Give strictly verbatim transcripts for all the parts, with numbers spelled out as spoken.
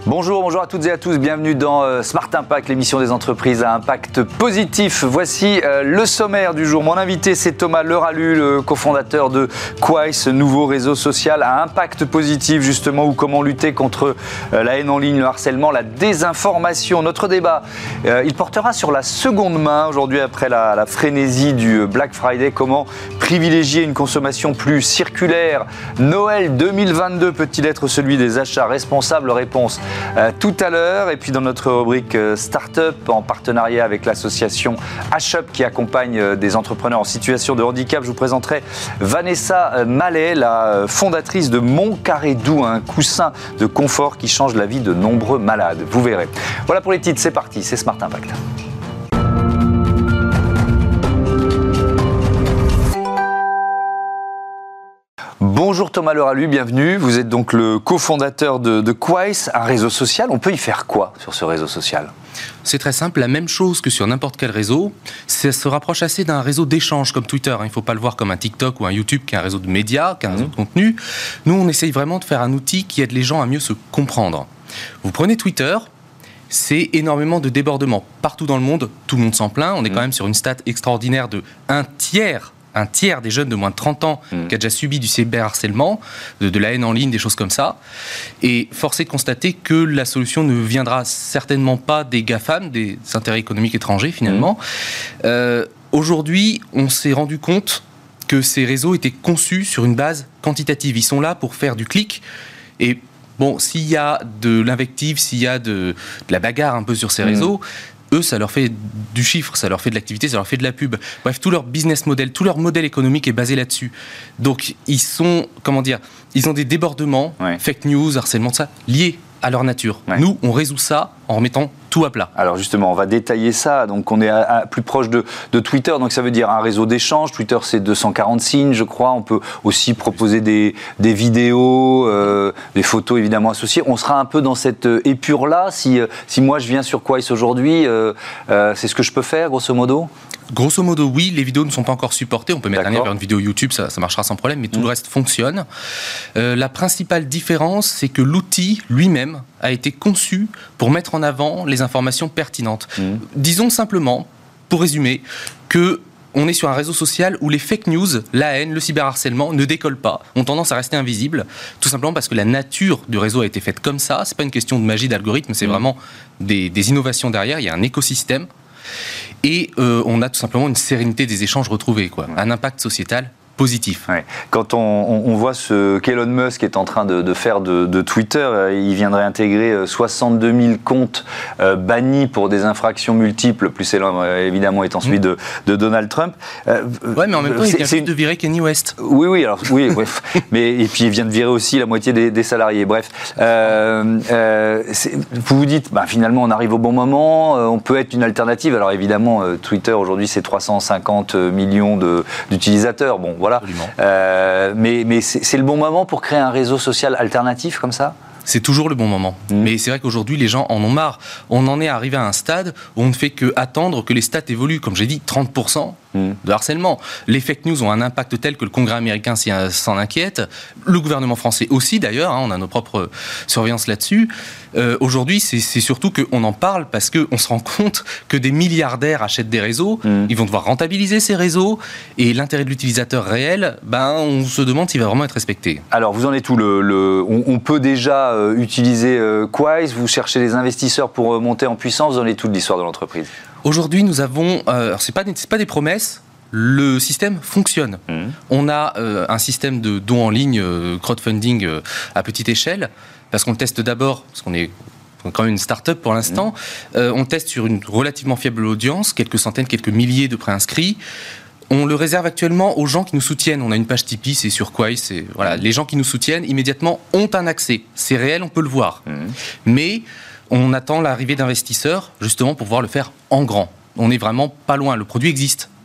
Bonjour, bonjour à toutes et à tous, bienvenue dans euh, Smart Impact, l'émission des entreprises à impact positif. Voici euh, le sommaire du jour. Mon invité, c'est Thomas Leralu, le cofondateur de Quais, ce nouveau réseau social à impact positif, justement, ou comment lutter contre euh, la haine en ligne, le harcèlement, la désinformation. Notre débat, euh, il portera sur la seconde main, aujourd'hui après la, la frénésie du Black Friday, comment privilégier une consommation plus circulaire. Noël deux mille vingt-deux peut-il être celui des achats responsables? Réponse Euh, tout à l'heure. Et puis dans notre rubrique euh, Startup, en partenariat avec l'association H-Up qui accompagne euh, des entrepreneurs en situation de handicap, je vous présenterai Vanessa euh, Mallet, la euh, fondatrice de Mon Carré Doux, un coussin de confort qui change la vie de nombreux malades. Vous verrez. Voilà pour les titres, c'est parti, c'est Smart Impact. Bonjour Thomas Leralu, bienvenue. Vous êtes donc le cofondateur de, de Quais, un réseau social. On peut y faire quoi sur ce réseau social ? C'est très simple, la même chose que sur n'importe quel réseau. Ça se rapproche assez d'un réseau d'échange comme Twitter. Il ne faut pas le voir comme un TikTok ou un YouTube qui est un réseau de médias, qui est un réseau de contenu. Nous, on essaye vraiment de faire un outil qui aide les gens à mieux se comprendre. Vous prenez Twitter, c'est énormément de débordements. Partout dans le monde, tout le monde s'en plaint. On est quand même sur une stat extraordinaire de un tiers un tiers des jeunes de moins de trente ans mmh. qui a déjà subi du cyberharcèlement, de, de la haine en ligne, des choses comme ça. Et force est de constater que la solution ne viendra certainement pas des GAFAM, des intérêts économiques étrangers finalement. Mmh. Euh, aujourd'hui, on s'est rendu compte que ces réseaux étaient conçus sur une base quantitative. Ils sont là pour faire du clic. Et bon, s'il y a de l'invective, s'il y a de, de la bagarre un peu sur ces mmh. réseaux, eux, ça leur fait du chiffre, ça leur fait de l'activité, ça leur fait de la pub. Bref, tout leur business model, tout leur modèle économique est basé là-dessus. Donc, ils sont, comment dire, ils ont des débordements, ouais. fake news, harcèlement, ça, liés à leur nature. Ouais. Nous, on résout ça en remettant tout à plat. Alors justement, on va détailler ça. Donc on est à, à plus proche de, de Twitter, donc ça veut dire un réseau d'échange. Twitter, c'est deux cent quarante signes, je crois. On peut aussi proposer des, des vidéos, euh, des photos évidemment associées. On sera un peu dans cette épure-là. Si, si moi je viens sur Quais aujourd'hui, euh, euh, c'est ce que je peux faire, grosso modo ? Grosso modo, oui, les vidéos ne sont pas encore supportées. On peut mettre D'accord. un lien vers une vidéo YouTube, ça, ça marchera sans problème, mais tout mmh. le reste fonctionne. Euh, la principale différence, c'est que l'outil lui-même a été conçu pour mettre en avant les informations pertinentes. Mmh. Disons simplement, pour résumer, que on est sur un réseau social où les fake news, la haine, le cyberharcèlement ne décollent pas, ont tendance à rester invisibles, tout simplement parce que la nature du réseau a été faite comme ça. C'est pas une question de magie d'algorithme, c'est mmh. vraiment des, des innovations derrière. Il y a un écosystème. Et euh, on a tout simplement une sérénité des échanges retrouvés, quoi. Un impact sociétal positif. Ouais. Quand on, on, on voit ce qu'Elon Musk est en train de, de faire de, de Twitter, euh, il viendrait intégrer soixante-deux mille comptes euh, bannis pour des infractions multiples, plus euh, évidemment étant celui mmh. de, de Donald Trump. Euh, ouais, mais en même temps, il vient juste de virer Kanye West. Oui, oui, alors oui, ouais, mais et puis il vient de virer aussi la moitié des, des salariés. Bref, euh, euh, vous vous dites, bah, finalement, on arrive au bon moment, euh, on peut être une alternative. Alors évidemment, euh, Twitter aujourd'hui, c'est trois cent cinquante millions de, d'utilisateurs. Bon. Voilà. Euh, mais mais c'est, c'est le bon moment pour créer un réseau social alternatif comme ça ? C'est toujours le bon moment. Mmh. Mais c'est vrai qu'aujourd'hui, les gens en ont marre. On en est arrivé à un stade où on ne fait qu'attendre que les stats évoluent. Comme j'ai dit, trente pour cent mmh. de harcèlement. Les fake news ont un impact tel que le Congrès américain s'en inquiète. Le gouvernement français aussi, d'ailleurs. Hein, on a nos propres surveillances là-dessus. Euh, aujourd'hui, c'est, c'est surtout qu'on en parle parce qu'on se rend compte que des milliardaires achètent des réseaux. Mmh. Ils vont devoir rentabiliser ces réseaux. Et l'intérêt de l'utilisateur réel, ben, on se demande s'il va vraiment être respecté. Alors, vous en êtes où le, le, on, on peut déjà Euh, utiliser euh, Quais, vous cherchez des investisseurs pour euh, monter en puissance, vous en êtes toute l'histoire de l'entreprise. Aujourd'hui, nous avons, euh, alors c'est pas, c'est pas des promesses, le système fonctionne. Mmh. On a euh, un système de dons en ligne, euh, crowdfunding euh, à petite échelle, parce qu'on le teste d'abord, parce qu'on est quand même une start-up pour l'instant, mmh. euh, on teste sur une relativement faible audience, quelques centaines, quelques milliers de préinscrits. On le réserve actuellement aux gens qui nous soutiennent. On a une page Tipeee, c'est sur Quais. C'est, voilà, les gens qui nous soutiennent immédiatement ont un accès. C'est réel, on peut le voir. Mmh. Mais on attend l'arrivée d'investisseurs, justement, pour pouvoir le faire en grand. On n'est vraiment pas loin. Le produit existe.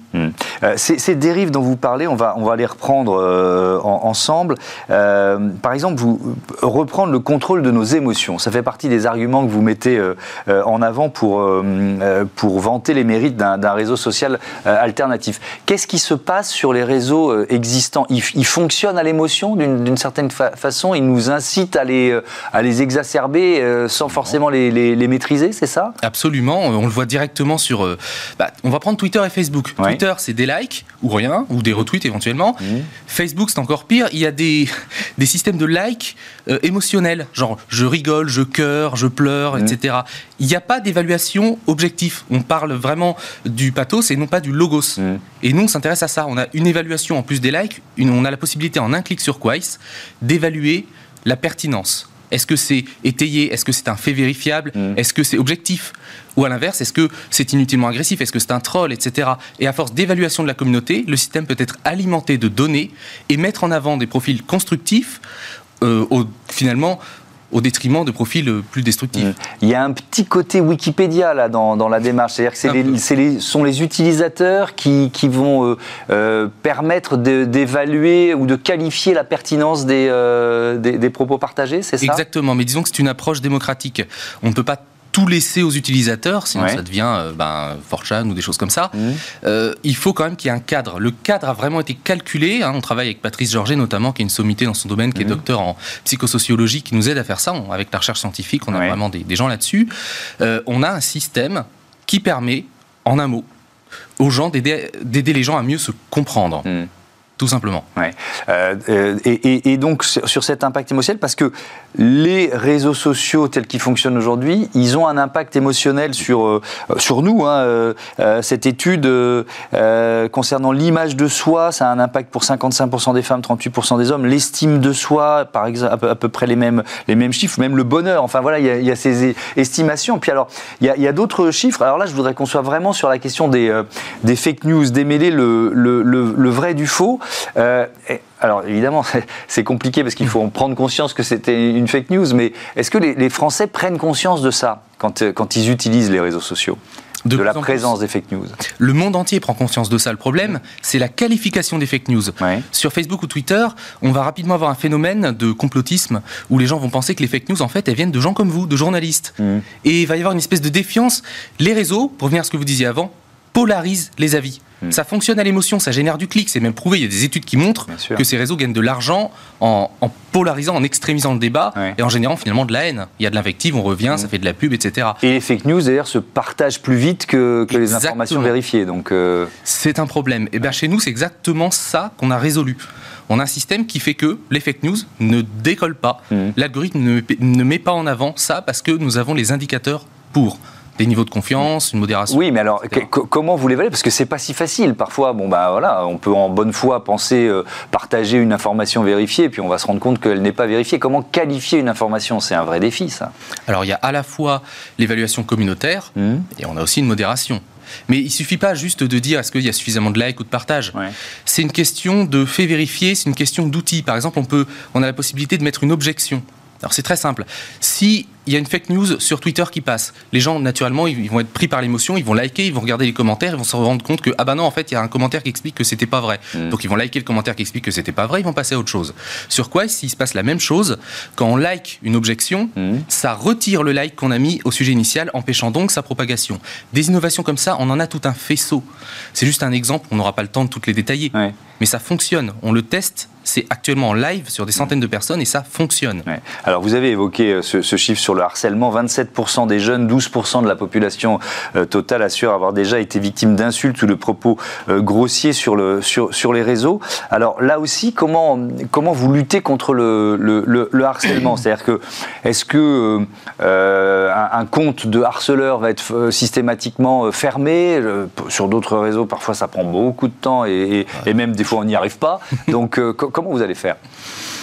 Mmh. Euh, ces, ces dérives dont vous parlez, on va, on va les reprendre euh, en, ensemble. Euh, par exemple, vous, reprendre le contrôle de nos émotions, ça fait partie des arguments que vous mettez euh, euh, en avant pour, euh, pour vanter les mérites d'un, d'un réseau social euh, alternatif. Qu'est-ce qui se passe sur les réseaux euh, existants? ils, ils fonctionnent à l'émotion d'une, d'une certaine fa- façon, ils nous incitent à les, à les exacerber euh, sans forcément les, les, les maîtriser, c'est ça? Absolument, on le voit directement sur... Euh, bah, on va prendre Twitter et Facebook. Ouais. Twitter, c'est des likes, ou rien, ou des retweets éventuellement. Mmh. Facebook, c'est encore pire, il y a des, des systèmes de likes euh, émotionnels, genre je rigole, je cœur, je pleure, mmh. et cetera. Il n'y a pas d'évaluation objective. On parle vraiment du pathos et non pas du logos. Mmh. Et nous, on s'intéresse à ça. On a une évaluation en plus des likes, une, on a la possibilité en un clic sur Quaïs d'évaluer la pertinence. Est-ce que c'est étayé? Est-ce que c'est un fait vérifiable? mmh. Est-ce que c'est objectif? Ou à l'inverse, est-ce que c'est inutilement agressif? Est-ce que c'est un troll, et cetera. Et à force d'évaluation de la communauté, le système peut être alimenté de données et mettre en avant des profils constructifs, euh, au, finalement, au détriment de profils plus destructifs. Mmh. Il y a un petit côté Wikipédia là, dans, dans la démarche, c'est-à-dire que c'est les, c'est les, sont les utilisateurs qui, qui vont euh, euh, permettre de, d'évaluer ou de qualifier la pertinence des, euh, des, des propos partagés, c'est ça? Exactement, mais disons que c'est une approche démocratique. On ne peut pas tout laisser aux utilisateurs, sinon ouais. ça devient euh, ben, four chan ou des choses comme ça. Mmh. Euh, il faut quand même qu'il y ait un cadre. Le cadre a vraiment été calculé. Hein. On travaille avec Patrice Georget notamment, qui est une sommité dans son domaine, qui mmh. est docteur en psychosociologie, qui nous aide à faire ça. On, avec la recherche scientifique, on a ouais. vraiment des, des gens là-dessus. Euh, on a un système qui permet, en un mot, aux gens d'aider, d'aider les gens à mieux se comprendre. Mmh. Tout simplement. Ouais. Euh, et, et, et donc, sur, sur cet impact émotionnel, parce que les réseaux sociaux tels qu'ils fonctionnent aujourd'hui, ils ont un impact émotionnel sur, euh, sur nous. Hein. Euh, cette étude euh, euh, concernant l'image de soi, ça a un impact pour cinquante-cinq pour cent des femmes, trente-huit pour cent des hommes. L'estime de soi, par exemple, à peu, à peu près les mêmes, les mêmes chiffres, même le bonheur. Enfin, voilà, il y a, il y a ces estimations. Puis alors, il y a, il y a d'autres chiffres. Alors là, je voudrais qu'on soit vraiment sur la question des, euh, des fake news, démêler le, le, le, le vrai du faux. Euh, et, alors évidemment c'est, c'est compliqué parce qu'il faut en prendre conscience que c'était une fake news, mais est-ce que les, les Français prennent conscience de ça quand, quand ils utilisent les réseaux sociaux, de, de la présence des fake news? Le monde entier prend conscience de ça. Le problème, c'est la qualification des fake news. Ouais. Sur Facebook ou Twitter, on va rapidement avoir un phénomène de complotisme où les gens vont penser que les fake news, en fait, elles viennent de gens comme vous, de journalistes. Mmh. Et il va y avoir une espèce de défiance. Les réseaux, pour revenir à ce que vous disiez avant, polarisent les avis. Mmh. Ça fonctionne à l'émotion, ça génère du clic, c'est même prouvé, il y a des études qui montrent que ces réseaux gagnent de l'argent en, en polarisant, en extrémisant le débat ouais. et en générant finalement de la haine. Il y a de l'invective, on revient, mmh. ça fait de la pub, et cetera. Et les fake news d'ailleurs se partagent plus vite que, que les informations vérifiées. Donc euh... c'est un problème. Et bien chez nous, c'est exactement ça qu'on a résolu. On a un système qui fait que les fake news ne décollent pas. Mmh. L'algorithme ne, ne met pas en avant ça parce que nous avons les indicateurs pour. Des niveaux de confiance, une modération. Oui, mais alors, que, comment vous l'évaluez? Parce que c'est pas si facile. Parfois, bon, bah, voilà, on peut en bonne foi penser euh, partager une information vérifiée, puis on va se rendre compte qu'elle n'est pas vérifiée. Comment qualifier une information? C'est un vrai défi, ça. Alors, il y a à la fois l'évaluation communautaire, mmh. et on a aussi une modération. Mais il ne suffit pas juste de dire est-ce qu'il y a suffisamment de likes ou de partages. Ouais. C'est une question de fait vérifier, c'est une question d'outils. Par exemple, on, peut, on a la possibilité de mettre une objection. Alors c'est très simple. Si il y a une fake news sur Twitter qui passe, les gens naturellement ils vont être pris par l'émotion, ils vont liker, ils vont regarder les commentaires, ils vont se rendre compte que ah bah non en fait il y a un commentaire qui explique que c'était pas vrai. Mmh. Donc ils vont liker le commentaire qui explique que c'était pas vrai, ils vont passer à autre chose. Sur quoi s'il se passe la même chose, quand on like une objection, mmh. ça retire le like qu'on a mis au sujet initial, empêchant donc sa propagation. Des innovations comme ça, on en a tout un faisceau. C'est juste un exemple, on n'aura pas le temps de toutes les détailler. Ouais. Mais ça fonctionne, on le teste, c'est actuellement en live sur des centaines de personnes et ça fonctionne. Ouais. Alors vous avez évoqué ce, ce chiffre sur le harcèlement, vingt-sept pour cent des jeunes, douze pour cent de la population euh, totale assurent avoir déjà été victime d'insultes ou de propos euh, grossiers sur, le, sur, sur les réseaux. Alors là aussi, comment, comment vous luttez contre le, le, le, le harcèlement? C'est-à-dire que, est-ce que euh, un, un compte de harceleur va être euh, systématiquement fermé? euh, Sur d'autres réseaux, parfois ça prend beaucoup de temps et, et, et même des fois on n'y arrive pas. Donc euh, comment vous allez faire?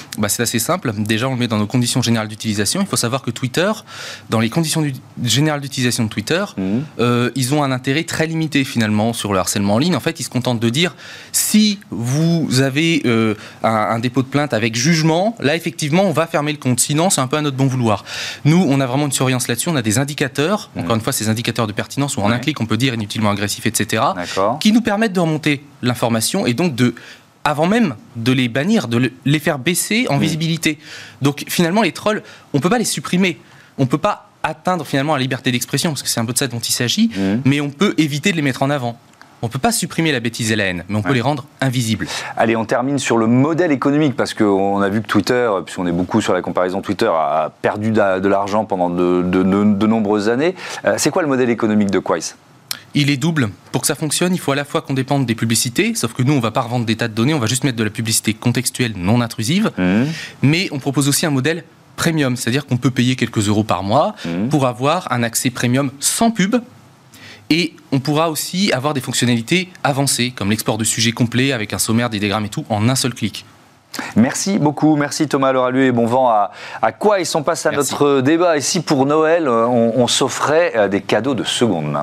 bah, C'est assez simple. Déjà, on le met dans nos conditions générales d'utilisation. Il faut savoir que Twitter, dans les conditions du... générales d'utilisation de Twitter, mmh. euh, ils ont un intérêt très limité finalement sur le harcèlement en ligne. En fait, ils se contentent de dire si vous avez euh, un, un dépôt de plainte avec jugement, là effectivement, on va fermer le compte. Sinon, c'est un peu à notre bon vouloir. Nous, on a vraiment une surveillance là-dessus. On a des indicateurs, mmh. encore une fois, ces indicateurs de pertinence où en ouais. un clic, on peut dire inutilement agressif, et cetera, D'accord. qui nous permettent de remonter l'information et donc de avant même de les bannir, de les faire baisser en mmh. visibilité. Donc finalement, les trolls, on ne peut pas les supprimer. On ne peut pas atteindre finalement la liberté d'expression, parce que c'est un peu de ça dont il s'agit, mmh. mais on peut éviter de les mettre en avant. On ne peut pas supprimer la bêtise et la haine, mais on peut ouais. les rendre invisibles. Allez, on termine sur le modèle économique, parce qu'on a vu que Twitter, puisqu'on est beaucoup sur la comparaison, Twitter a perdu de l'argent pendant de, de, de, de nombreuses années. C'est quoi le modèle économique de Quaïs ? Il est double. Pour que ça fonctionne, il faut à la fois qu'on dépende des publicités, sauf que nous, on ne va pas revendre des tas de données, on va juste mettre de la publicité contextuelle non intrusive, mmh. mais on propose aussi un modèle premium, c'est-à-dire qu'on peut payer quelques euros par mois mmh. pour avoir un accès premium sans pub, et on pourra aussi avoir des fonctionnalités avancées, comme l'export de sujets complets avec un sommaire, des diagrammes et tout, en un seul clic. Merci beaucoup, merci Thomas Leralu et bon vent à, à Quaïs. On passe à merci. notre débat. Et si pour Noël, on, on s'offrait des cadeaux de seconde main ?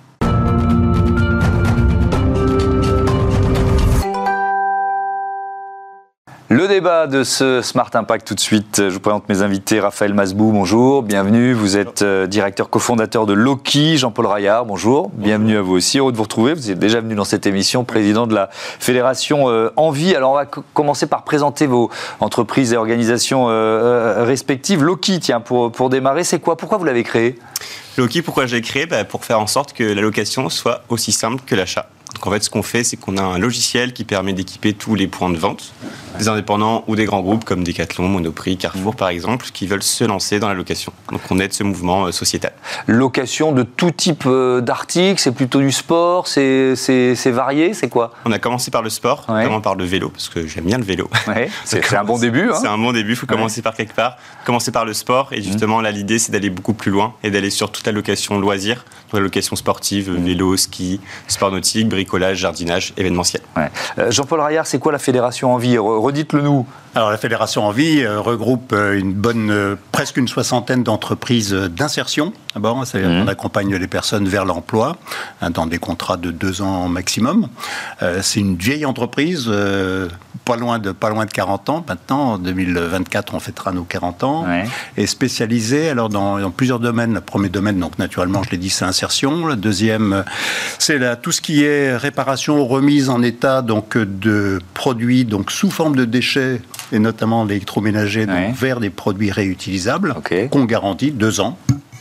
Le débat de ce Smart Impact tout de suite. Je vous présente mes invités. Raphaël Masbou, bonjour, bienvenue. Vous êtes euh, directeur cofondateur de Loki. Jean-Paul Raillard, bonjour. bonjour. Bienvenue à vous aussi. Heureux de vous retrouver. Vous êtes déjà venu dans cette émission, président de la fédération euh, Envie. Alors on va c- commencer par présenter vos entreprises et organisations euh, respectives. Loki, tiens, pour, pour démarrer, c'est quoi ? Pourquoi vous l'avez créé ? Loki, pourquoi je l'ai créé ? bah, Pour faire en sorte que la location soit aussi simple que l'achat. Donc en fait, ce qu'on fait, c'est qu'on a un logiciel qui permet d'équiper tous les points de vente, des indépendants ou des grands groupes comme Decathlon, Monoprix, Carrefour par exemple, qui veulent se lancer dans la location. Donc on aide ce mouvement euh, sociétal. Location de tout type euh, d'articles, c'est plutôt du sport, c'est, c'est, c'est varié, c'est quoi ? On a commencé par le sport, ouais. notamment par le vélo, parce que j'aime bien le vélo. Ouais, c'est, c'est un bon début. Hein. C'est un bon début, il faut ouais. commencer par quelque part, commencer par le sport, et justement mmh. là l'idée c'est d'aller beaucoup plus loin et d'aller sur toute la location loisirs, donc la location sportive, mmh. vélo, ski, sport nautique, bricolage, jardinage, événementiel. Ouais. Euh, Jean-Paul Raillard, c'est quoi la Fédération Envie ? Redites-le nous. Alors la Fédération Envie euh, regroupe euh, une bonne, euh, presque une soixantaine d'entreprises euh, d'insertion. D'abord, c'est-à-dire mmh. qu'on accompagne les personnes vers l'emploi hein, dans des contrats de deux ans maximum. Euh, c'est une vieille entreprise, euh, pas loin de pas loin de quarante ans maintenant. En deux mille vingt-quatre, on fêtera nos quarante ans. Ouais. Et spécialisée alors dans, dans plusieurs domaines. Le premier domaine, donc naturellement, je l'ai dit, c'est insertion. Le deuxième, c'est là tout ce qui est réparation, remise en état donc de produits donc sous forme de déchets et notamment l'électroménager ouais. donc, vers des produits réutilisables okay. qu'on garantit deux ans.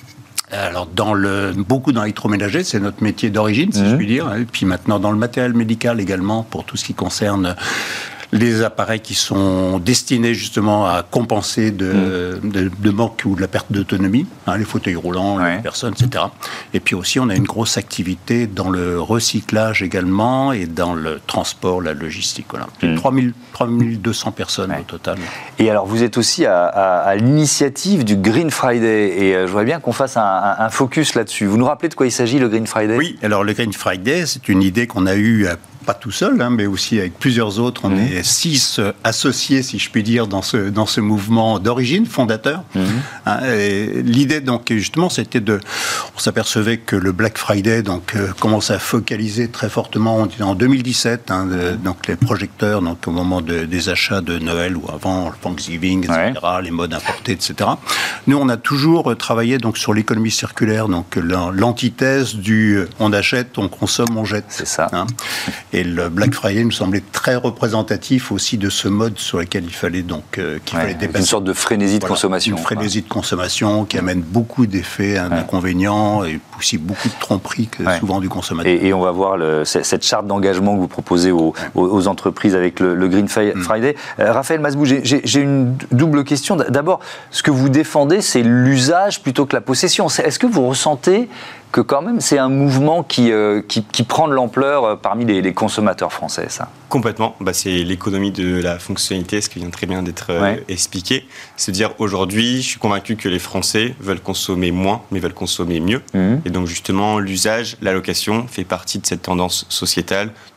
Alors, dans le, beaucoup dans l'électroménager, c'est notre métier d'origine, si mmh. je puis dire. Et puis maintenant, dans le matériel médical également, pour tout ce qui concerne les appareils qui sont destinés justement à compenser de, mmh. de, de manque ou de la perte d'autonomie, hein, les fauteuils roulants, ouais. les personnes, et cetera. Et puis aussi, on a une grosse activité dans le recyclage également et dans le transport, la logistique. Voilà. Mmh. trois mille deux cents personnes ouais. au total. Et alors, vous êtes aussi à, à, à l'initiative du Green Friday. Et euh, je voudrais bien qu'on fasse un, un, un focus là-dessus. Vous nous rappelez de quoi il s'agit, le Green Friday ? Oui, alors le Green Friday, c'est une idée qu'on a eue à pas tout seul, hein, mais aussi avec plusieurs autres. On mmh. est six euh, associés, si je puis dire, dans ce, dans ce mouvement d'origine, fondateur. Mmh. Hein, et l'idée, donc, justement, c'était de... On s'apercevait que le Black Friday donc, euh, commençait à focaliser très fortement en deux mille dix-sept, hein, de, donc les projecteurs, donc, au moment de, des achats de Noël ou avant, le Thanksgiving, et cetera, ouais. les modes importés, et cetera. Nous, on a toujours travaillé donc, sur l'économie circulaire, donc l'antithèse du « on achète, on consomme, on jette ». C'est ça. Hein. Et le Black Friday nous semblait très représentatif aussi de ce mode sur lequel il fallait donc euh, qu'il ouais, fallait dépasser. Une sorte de frénésie de voilà, consommation. Une frénésie de consommation qui amène beaucoup d'effets, hein, ouais. d'inconvénients et aussi beaucoup de tromperies que ouais. souvent du consommateur. Et, et on va voir le, cette charte d'engagement que vous proposez aux, ouais. aux, aux entreprises avec le, le Green Friday. Mm. Euh, Raphaël Masbou, j'ai, j'ai, j'ai une double question. D'abord, ce que vous défendez, c'est l'usage plutôt que la possession. Est-ce que vous ressentez que quand même c'est un mouvement qui, euh, qui, qui prend de l'ampleur euh, parmi les, les consommateurs français, ça ? Complètement. Bah, c'est l'économie de la fonctionnalité, ce qui vient très bien d'être euh, ouais. expliqué. C'est dire aujourd'hui, je suis convaincu que les Français veulent consommer moins, mais veulent consommer mieux. Mmh. Et donc justement, l'usage, la location fait partie de cette tendance sociétale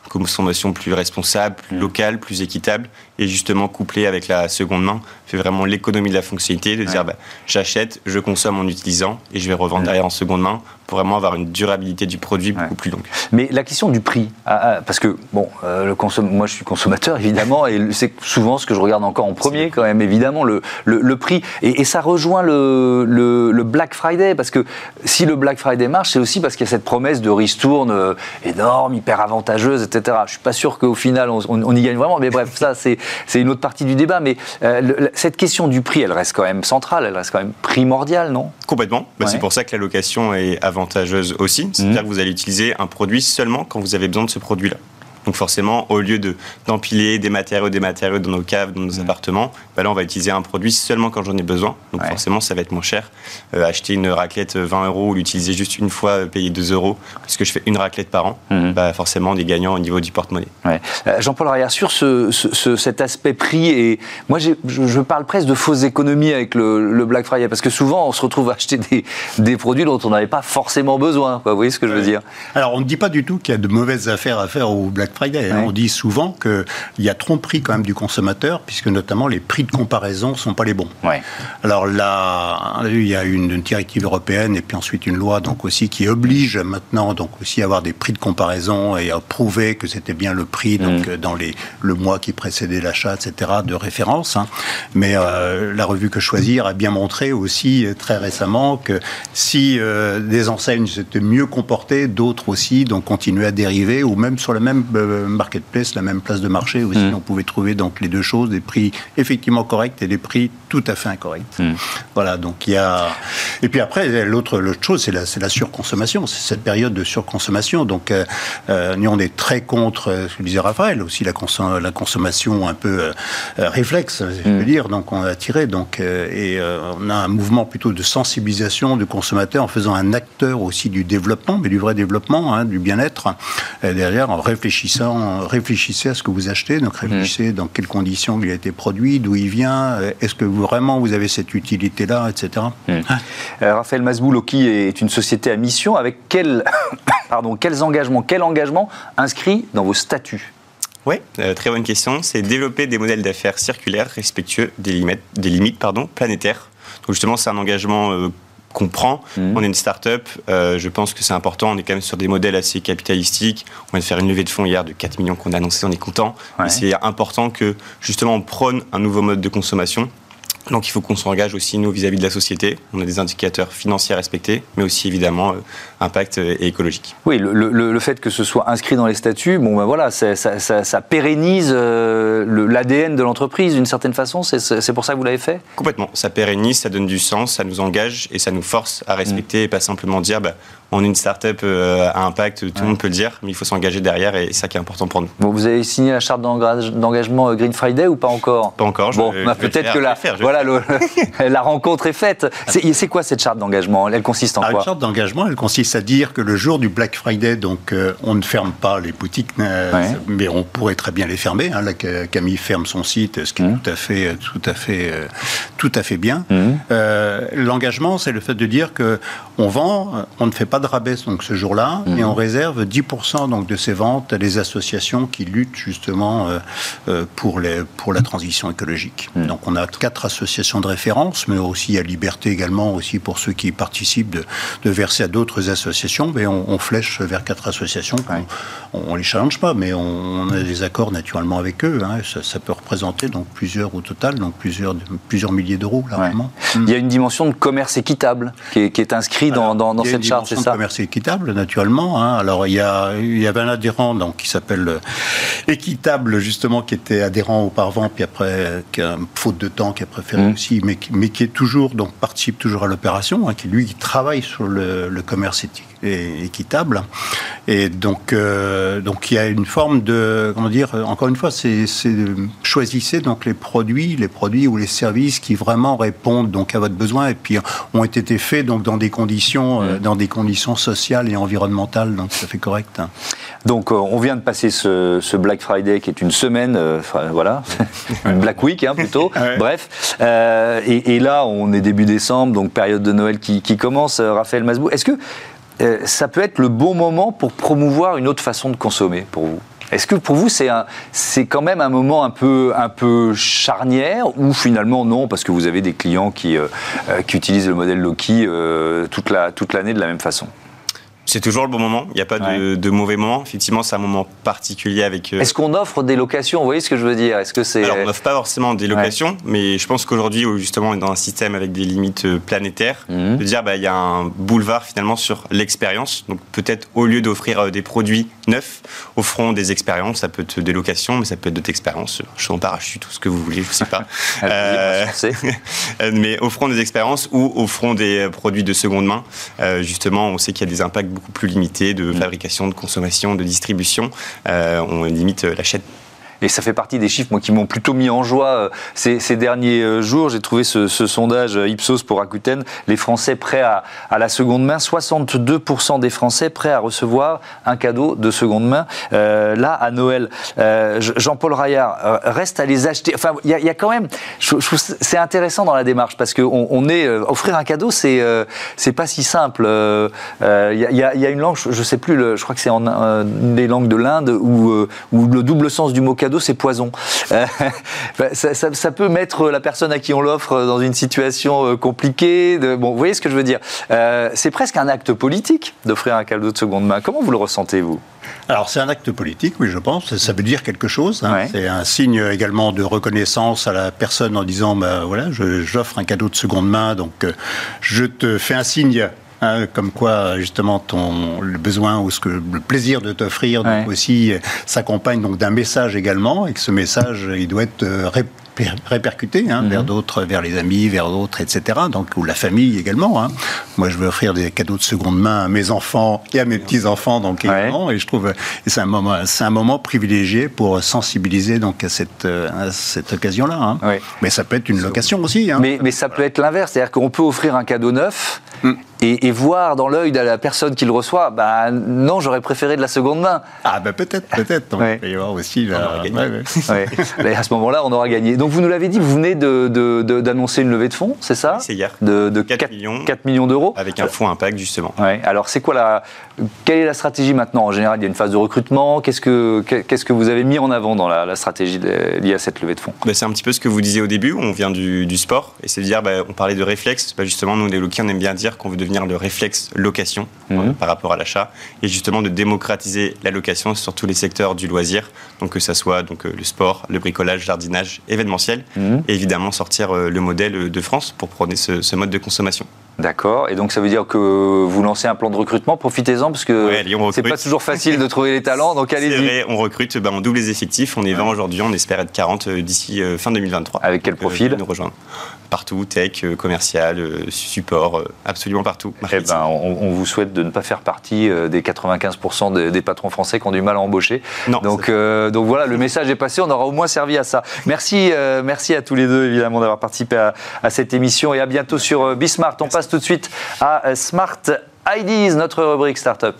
consommation plus responsable, plus locale, plus équitable, et justement couplé avec la seconde main, fait vraiment l'économie de la fonctionnalité, de dire ouais. bah, j'achète, je consomme en utilisant, et je vais revendre ouais. derrière en seconde main, pour vraiment avoir une durabilité du produit beaucoup ouais. plus longue. Mais la question du prix, ah, ah, parce que bon, euh, le consom- moi je suis consommateur évidemment, et c'est souvent ce que je regarde encore en premier quand même, évidemment, le, le, le prix, et, et ça rejoint le, le, le Black Friday, parce que si le Black Friday marche, c'est aussi parce qu'il y a cette promesse de ristourne euh, énorme, hyper avantageuse, et cetera. Je suis pas sûr qu'au final on, on, on y gagne vraiment, mais bref, ça c'est, c'est une autre partie du débat, mais euh, le, cette question du prix, elle reste quand même centrale, elle reste quand même primordiale, non ? Complètement, bah, ouais. c'est pour ça que la location est avantageuse aussi, c'est-à-dire mmh. que vous allez utiliser un produit seulement quand vous avez besoin de ce produit-là. Donc forcément, au lieu de, d'empiler des matériaux, des matériaux dans nos caves, dans nos mmh. appartements, bah là on va utiliser un produit seulement quand j'en ai besoin. Donc ouais. forcément, ça va être moins cher. Euh, acheter une raclette vingt euros ou l'utiliser juste une fois, euh, payer deux euros, parce que je fais une raclette par an, mmh. bah forcément on est gagnant au niveau du porte-monnaie. Ouais. Euh, Jean-Paul Rayard, sur ce, ce, ce, cet aspect prix, et moi j'ai, je, je parle presque de fausses économies avec le, le Black Friday, parce que souvent on se retrouve à acheter des, des produits dont on n'avait pas forcément besoin. Quoi. Vous voyez ce que je veux ouais. dire ? Alors on ne dit pas du tout qu'il y a de mauvaises affaires à faire au Black Friday. Hein. Ouais. On dit souvent qu'il y a tromperie quand même du consommateur, puisque notamment les prix de comparaison ne sont pas les bons. Ouais. Alors là, il y a une, une directive européenne et puis ensuite une loi donc aussi qui oblige maintenant donc aussi à avoir des prix de comparaison et à prouver que c'était bien le prix donc mmh. dans les, le mois qui précédait l'achat, et cetera de référence. Hein. Mais euh, la revue Que Choisir a bien montré aussi très récemment que si euh, des enseignes s'étaient mieux comportées, d'autres aussi donc continuaient à dériver, ou même sur le même euh, marketplace, la même place de marché aussi, mmh. on pouvait trouver donc les deux choses, des prix effectivement corrects et des prix tout à fait incorrects. Mmh. Voilà, donc il y a... Et puis après, l'autre, l'autre chose, c'est la, c'est la surconsommation, c'est cette période de surconsommation. Donc euh, nous, on est très contre, ce que disait Raphaël, aussi la, consom- la consommation un peu euh, réflexe, je veux mmh. dire, donc on a tiré, donc, euh, et euh, on a un mouvement plutôt de sensibilisation du consommateur en faisant un acteur aussi du développement, mais du vrai développement, hein, du bien-être, euh, derrière, en réfléchissant, réfléchissez à ce que vous achetez, donc réfléchissez mmh. dans quelles conditions il a été produit, d'où il vient, est-ce que vous, vraiment vous avez cette utilité-là, et cetera. Mmh. Hein. Euh, Raphaël Masbou, Loki est une société à mission, avec quel, pardon, quels engagements, quel engagement inscrit dans vos statuts ? Oui, euh, très bonne question. C'est développer des modèles d'affaires circulaires respectueux des limites, des limites pardon, planétaires. Donc justement, c'est un engagement euh, qu'on prend. Mmh. On est une start-up. Euh, je pense que c'est important. On est quand même sur des modèles assez capitalistiques. On vient de faire une levée de fonds hier de quatre millions qu'on a annoncé. On est content. Ouais. Mais c'est important que justement on prône un nouveau mode de consommation. Donc il faut qu'on s'engage aussi, nous, vis-à-vis de la société. On a des indicateurs financiers à respecter, mais aussi, évidemment, euh, impact et écologique. Oui, le, le, le fait que ce soit inscrit dans les statuts, bon, ben voilà, ça, ça, ça, ça pérennise euh, le, l'A D N de l'entreprise, d'une certaine façon. C'est, c'est pour ça que vous l'avez fait ? Complètement. Ça pérennise, ça donne du sens, ça nous engage et ça nous force à respecter mmh. et pas simplement dire... Bah, on est une start-up euh, à impact, tout ouais. le monde peut le dire, mais il faut s'engager derrière et c'est ça qui est important pour nous. Bon, vous avez signé la charte d'engage, d'engagement Green Friday ou pas encore ? Pas encore. Je bon, vais, bah, je peut-être faire, que la, faire, voilà, le, la rencontre est faite. C'est, c'est quoi cette charte d'engagement ? Elle consiste en Alors, quoi ? La charte d'engagement, elle consiste à dire que le jour du Black Friday, donc euh, on ne ferme pas les boutiques, euh, ouais. mais on pourrait très bien les fermer. Hein. Là, Camille ferme son site, ce qui est mmh. tout à fait, tout à fait, euh, tout à fait bien. Mmh. Euh, l'engagement, c'est le fait de dire que on vend, on ne fait pas de rabais donc ce jour-là, mmh. et on réserve dix pour cent donc de ces ventes à des associations qui luttent justement euh, euh, pour les pour la transition écologique. Mmh. Donc on a quatre associations de référence, mais aussi à Liberté également aussi pour ceux qui participent de, de verser à d'autres associations. Mais on, on flèche vers quatre associations. Ouais. On, on les challenge pas, mais on, on a des accords naturellement avec eux. Hein. Ça, ça peut représenter donc plusieurs au total, donc plusieurs plusieurs milliers d'euros largement. Ouais. Mmh. Il y a une dimension de commerce équitable qui est, qui est inscrite dans, dans, dans cette charte, c'est ça ? Il y a une dimension de commerce équitable, naturellement. Hein. Alors, il y, a, il y avait un adhérent donc, qui s'appelle euh, Équitable, justement, qui était adhérent auparavant, puis après, qui a, faute de temps, qui a préféré mmh. aussi, mais, mais qui est toujours, donc, participe toujours à l'opération, hein, qui, lui, qui travaille sur le, le commerce éthique. équitable. Et donc, euh, donc, il y a une forme de, comment dire, encore une fois, c'est, c'est choisissez donc les produits, les produits ou les services qui vraiment répondent donc à votre besoin et puis ont été faits donc dans des conditions, mmh. euh, dans des conditions sociales et environnementales, donc ça fait correct. Donc, euh, on vient de passer ce, ce Black Friday qui est une semaine, euh, voilà, une Black Week hein, plutôt. Ouais. Bref, euh, et, et là, on est début décembre, donc période de Noël qui, qui commence. Euh, Raphaël Masbou, est-ce que Euh, ça peut être le bon moment pour promouvoir une autre façon de consommer pour vous ? Est-ce que pour vous, c'est, un, c'est quand même un moment un peu, un peu charnière ou finalement non, parce que vous avez des clients qui, euh, qui utilisent le modèle Loki euh, toute, la, toute l'année de la même façon? C'est toujours le bon moment, il n'y a pas ouais. de, de mauvais moment. Effectivement, c'est un moment particulier avec... Euh... Est-ce qu'on offre des locations? Vous voyez ce que je veux dire? Est-ce que c'est... Alors, on n'offre pas forcément des locations, ouais. mais je pense qu'aujourd'hui, où justement, on est dans un système avec des limites planétaires, mmh. de dire, bah, y a un boulevard finalement sur l'expérience. Donc, peut-être, au lieu d'offrir des produits neufs, offrons des expériences. Ça peut être des locations, mais ça peut être d'autres expériences. Chaud en parachute, tout ce que vous voulez, je ne sais pas. euh... mais offrons des expériences ou offrons des produits de seconde main. Euh, justement, on sait qu'il y a des impacts beaucoup plus limité de fabrication, de consommation, de distribution. Euh, on limite la chaîne. Et ça fait partie des chiffres moi, qui m'ont plutôt mis en joie ces, ces derniers jours. J'ai trouvé ce, ce sondage Ipsos pour Rakuten. Les Français prêts à, à la seconde main, soixante-deux pour cent des Français prêts à recevoir un cadeau de seconde main. Euh, là, à Noël, euh, Jean-Paul Raillard euh, reste à les acheter. Enfin, il y, y a quand même... Je, je trouve c'est intéressant dans la démarche parce qu'on on est... Euh, offrir un cadeau, c'est, euh, c'est pas si simple. Il euh, euh, y, y, y a une langue, je, je sais plus, le, je crois que c'est en, euh, une des langues de l'Inde où, euh, où le double sens du mot cadeau, c'est poison. Euh, ça, ça, ça peut mettre la personne à qui on l'offre dans une situation compliquée. De, bon, vous voyez ce que je veux dire. Euh, c'est presque un acte politique d'offrir un cadeau de seconde main. Comment vous le ressentez, vous? Alors, c'est un acte politique, oui, je pense. Ça veut dire quelque chose. Hein. Ouais. C'est un signe également de reconnaissance à la personne en disant, bah, voilà, je, j'offre un cadeau de seconde main, donc euh, je te fais un signe. Hein, comme quoi, justement, ton, le besoin ou ce que, le plaisir de t'offrir ouais. donc aussi s'accompagne donc d'un message également, et que ce message, il doit être ré, répercuté hein, mm-hmm. vers d'autres, vers les amis, vers d'autres, et cetera. Donc, ou la famille également. Hein. Moi, je veux offrir des cadeaux de seconde main à mes enfants et à mes petits-enfants, donc également. Ouais. Et je trouve et c'est un moment, c'est un moment privilégié pour sensibiliser donc à cette, à cette occasion-là. Hein. Ouais. Mais ça peut être une location aussi. Hein. Mais, mais ça peut être l'inverse, c'est-à-dire qu'on peut offrir un cadeau neuf. Mm. Et, et voir dans l'œil de la personne qui le reçoit, bah non, j'aurais préféré de la seconde main. Ah ben bah peut-être, peut-être. Donc, ouais. Il peut y avoir aussi la... ouais, ouais. ouais. À ce moment-là, on aura gagné. Donc vous nous l'avez dit, vous venez de, de, de, d'annoncer une levée de fonds, c'est ça? C'est hier. De, de quatre millions. quatre millions d'euros. Avec un fonds impact, justement. Ouais. Alors c'est quoi la... Quelle est la stratégie maintenant? En général, il y a une phase de recrutement. Qu'est-ce que, qu'est-ce que vous avez mis en avant dans la, la stratégie liée à cette levée de fonds? Bah, c'est un petit peu ce que vous disiez au début. On vient du, du sport. Et c'est de dire, bah, on parlait de réflexe. Bah, justement, nous, les Loki, on aime bien dire qu'on veut devenir le réflexe location mmh. euh, par rapport à l'achat. Et justement, de démocratiser la location sur tous les secteurs du loisir. Donc, que ça soit donc, le sport, le bricolage, jardinage, événementiel. Mmh. Et évidemment, sortir euh, le modèle de France pour prôner ce, ce mode de consommation. D'accord. Et donc, ça veut dire que vous lancez un plan de recrutement. Profitez-en, parce que ouais, allez, c'est pas toujours facile de trouver les talents. Donc, allez-y. C'est vrai, on recrute, ben, on double les effectifs. On est vingt ouais. aujourd'hui. On espère être quarante d'ici euh, fin deux mille vingt-trois. Avec quel donc, profil euh, nous rejoindre partout, tech, euh, commercial, euh, support, euh, absolument partout. Eh ben, on, on vous souhaite de ne pas faire partie euh, des quatre-vingt-quinze pour cent des, des patrons français qui ont du mal à embaucher. Non, donc, euh, donc voilà, le message est passé. On aura au moins servi à ça. Merci, euh, merci à tous les deux, évidemment, d'avoir participé à, à cette émission. Et à bientôt sur euh, Bismart. On passe tout de suite à Smart Ideas, notre rubrique Startup.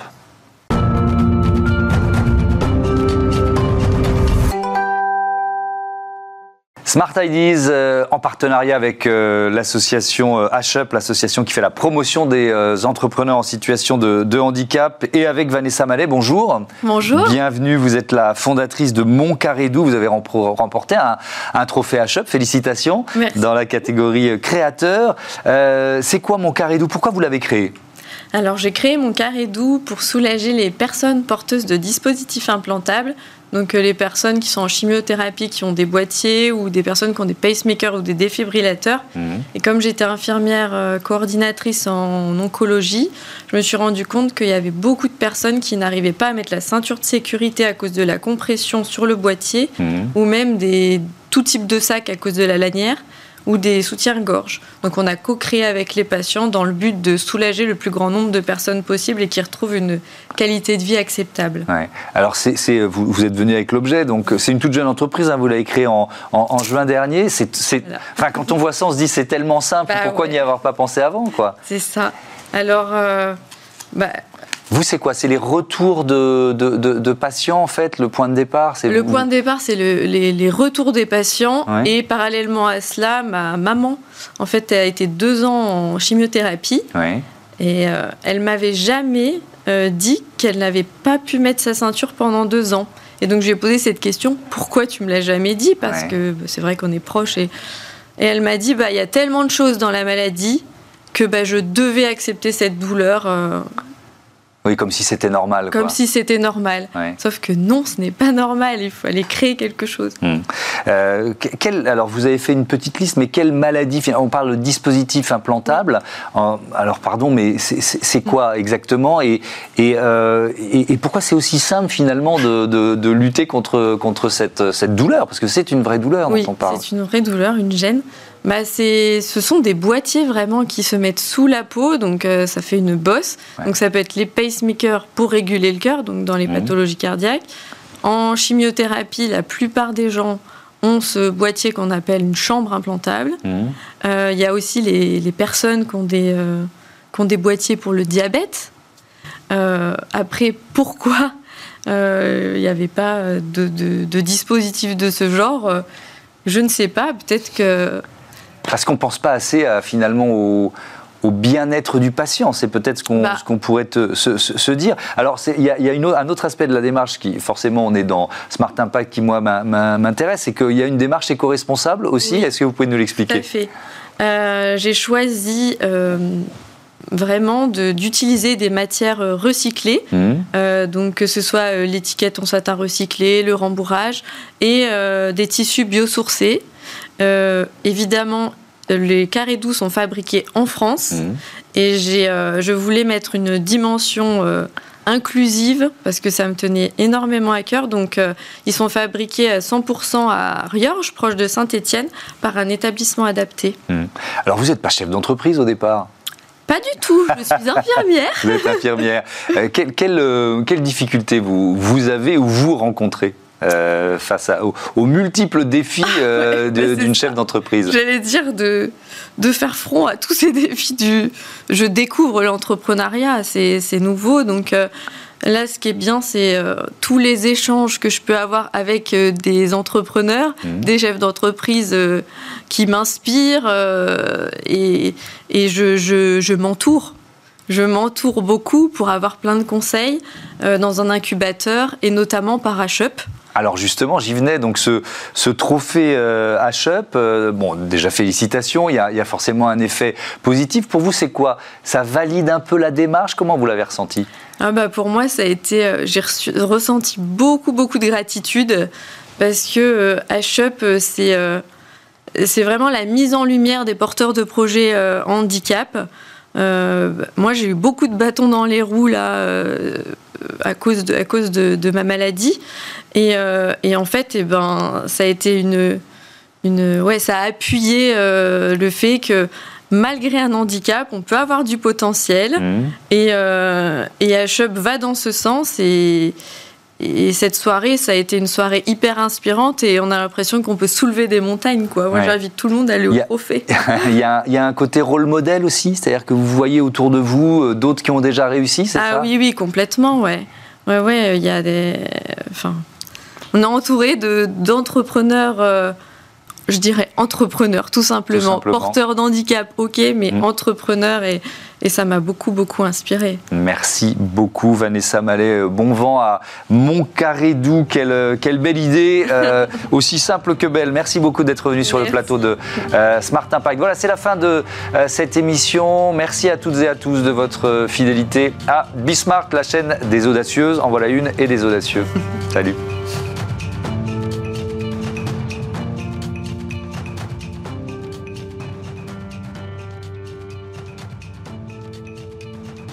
Smart Ideas, euh, en partenariat avec euh, l'association euh, H-Up, l'association qui fait la promotion des euh, entrepreneurs en situation de, de handicap, et avec Vanessa Mallet. Bonjour. Bonjour. Bienvenue, vous êtes la fondatrice de Mon Carré Doux. Vous avez remporté un, un trophée H-Up, félicitations. Merci. Dans la catégorie créateur. Euh, c'est quoi Mon Carré Doux? Pourquoi vous l'avez créé? Alors, j'ai créé Mon Carré Doux pour soulager les personnes porteuses de dispositifs implantables. Donc, euh, les personnes qui sont en chimiothérapie, qui ont des boîtiers, ou des personnes qui ont des pacemakers ou des défibrillateurs. Mmh. Et comme j'étais infirmière euh, coordinatrice en oncologie, je me suis rendu compte qu'il y avait beaucoup de personnes qui n'arrivaient pas à mettre la ceinture de sécurité à cause de la compression sur le boîtier, mmh. ou même des, tout type de sac à cause de la lanière, ou des soutiens-gorge. Donc on a co-créé avec les patients dans le but de soulager le plus grand nombre de personnes possible et qui retrouvent une qualité de vie acceptable. Ouais. Alors c'est, c'est, vous, vous êtes venu avec l'objet, donc c'est une toute jeune entreprise, hein, vous l'avez créée en, en, en juin dernier. C'est, c'est, enfin, quand on voit ça, on se dit c'est tellement simple, bah, pourquoi ouais. n'y avoir pas pensé avant, quoi? C'est ça. Alors... Euh, bah, Vous, c'est quoi? C'est les retours de, de, de, de patients, en fait, le point de départ? C'est le vous... point de départ, c'est le, les, les retours des patients. Ouais. Et parallèlement à cela, ma maman, en fait, elle a été deux ans en chimiothérapie. Ouais. Et euh, elle m'avait jamais euh, dit qu'elle n'avait pas pu mettre sa ceinture pendant deux ans. Et donc, je lui ai posé cette question, pourquoi tu me l'as jamais dit? Parce ouais. que bah, c'est vrai qu'on est proches. Et, et elle m'a dit, bah, il y a tellement de choses dans la maladie que bah, je devais accepter cette douleur. Euh, Oui, comme si c'était normal. Comme quoi. si c'était normal. Ouais. Sauf que non, ce n'est pas normal. Il faut aller créer quelque chose. Hum. Euh, quel, alors, vous avez fait une petite liste, mais quelle maladie? On parle de dispositif implantable. Euh, alors, pardon, mais c'est, c'est, c'est quoi exactement? Et, et, euh, et, et pourquoi c'est aussi simple, finalement, de, de, de lutter contre, contre cette, cette douleur? Parce que c'est une vraie douleur oui, dont on parle. C'est une vraie douleur, une gêne. Bah, c'est, ce sont des boîtiers vraiment qui se mettent sous la peau, donc euh, ça fait une bosse. Ouais. Donc ça peut être les pacemakers pour réguler le cœur, donc dans les mmh. pathologies cardiaques. En chimiothérapie, la plupart des gens ont ce boîtier qu'on appelle une chambre implantable. Il mmh. euh, y a aussi les, les personnes qui ont, des, euh, qui ont des boîtiers pour le diabète. Euh, après, pourquoi il euh, n'y avait pas de, de, de dispositif de ce genre? euh, Je ne sais pas, peut-être que... Parce qu'on ne pense pas assez à, finalement au, au bien-être du patient. C'est peut-être ce qu'on, bah. ce qu'on pourrait te, se, se, se dire. Alors, il y a, y a une autre, un autre aspect de la démarche qui, forcément, on est dans Smart Impact qui, moi, m'intéresse, c'est qu'il y a une démarche éco-responsable aussi. Oui. Est-ce que vous pouvez nous l'expliquer? Tout à fait. Euh, j'ai choisi... Euh, vraiment de, d'utiliser des matières recyclées, mmh. euh, donc que ce soit l'étiquette en satin recyclé, le rembourrage et euh, des tissus biosourcés. Euh, évidemment, les carrés doux sont fabriqués en France mmh. et j'ai, euh, je voulais mettre une dimension euh, inclusive parce que ça me tenait énormément à cœur. Donc, euh, ils sont fabriqués à cent pour cent à Riorges, proche de Saint-Étienne, par un établissement adapté. Mmh. Alors, vous n'êtes pas chef d'entreprise au départ? Pas du tout, je suis infirmière. Vous êtes infirmière. Euh, quelle, quelle, euh, quelle difficulté vous, vous avez ou vous rencontrez euh, face à, aux, aux multiples défis euh, de, ouais, d'une ça. chef d'entreprise? J'allais dire de, de faire front à tous ces défis. Du, je découvre l'entrepreneuriat, c'est, c'est nouveau. Donc euh, là, ce qui est bien, c'est euh, tous les échanges que je peux avoir avec euh, des entrepreneurs, mmh. des chefs d'entreprise euh, qui m'inspirent euh, et, et je, je, je m'entoure. Je m'entoure beaucoup pour avoir plein de conseils euh, dans un incubateur et notamment par H-Up. Alors justement, j'y venais, donc ce, ce trophée euh, H-Up, euh, bon, déjà félicitations, il y, a, il y a forcément un effet positif. Pour vous, c'est quoi? Ça valide un peu la démarche? Comment vous l'avez ressenti? Ah bah pour moi, ça a été, euh, j'ai reçu, ressenti beaucoup, beaucoup de gratitude parce que euh, H-Up, c'est, euh, c'est vraiment la mise en lumière des porteurs de projets euh, handicap. Euh, moi, j'ai eu beaucoup de bâtons dans les roues là, euh, à cause de, à cause de, de ma maladie, et, euh, et en fait, eh ben, ça a été une, une, ouais, ça a appuyé euh, le fait que malgré un handicap, on peut avoir du potentiel, mmh. et, euh, et H-Up va dans ce sens. Et, Et cette soirée, ça a été une soirée hyper inspirante et on a l'impression qu'on peut soulever des montagnes, quoi. Moi, ouais. j'invite tout le monde à aller au trophée. Il y a, il y a un côté rôle modèle aussi, c'est-à-dire que vous voyez autour de vous d'autres qui ont déjà réussi, c'est ah, ça? Ah oui, oui, complètement, ouais. Ouais, ouais, il y a des... Enfin, on est entouré de, d'entrepreneurs... Euh, je dirais entrepreneur, tout simplement. Tout simplement. Porteur d'handicap, ok, mais mmh. entrepreneur, et, et ça m'a beaucoup, beaucoup inspiré. Merci beaucoup, Vanessa Mallet. Bon vent à Montcarré-Doux. Quelle, quelle belle idée, euh, aussi simple que belle. Merci beaucoup d'être venu sur Merci. le plateau de euh, Smart Impact. Voilà, c'est la fin de euh, cette émission. Merci à toutes et à tous de votre fidélité à Bismart, la chaîne des audacieuses. En voilà une et des audacieux. Salut.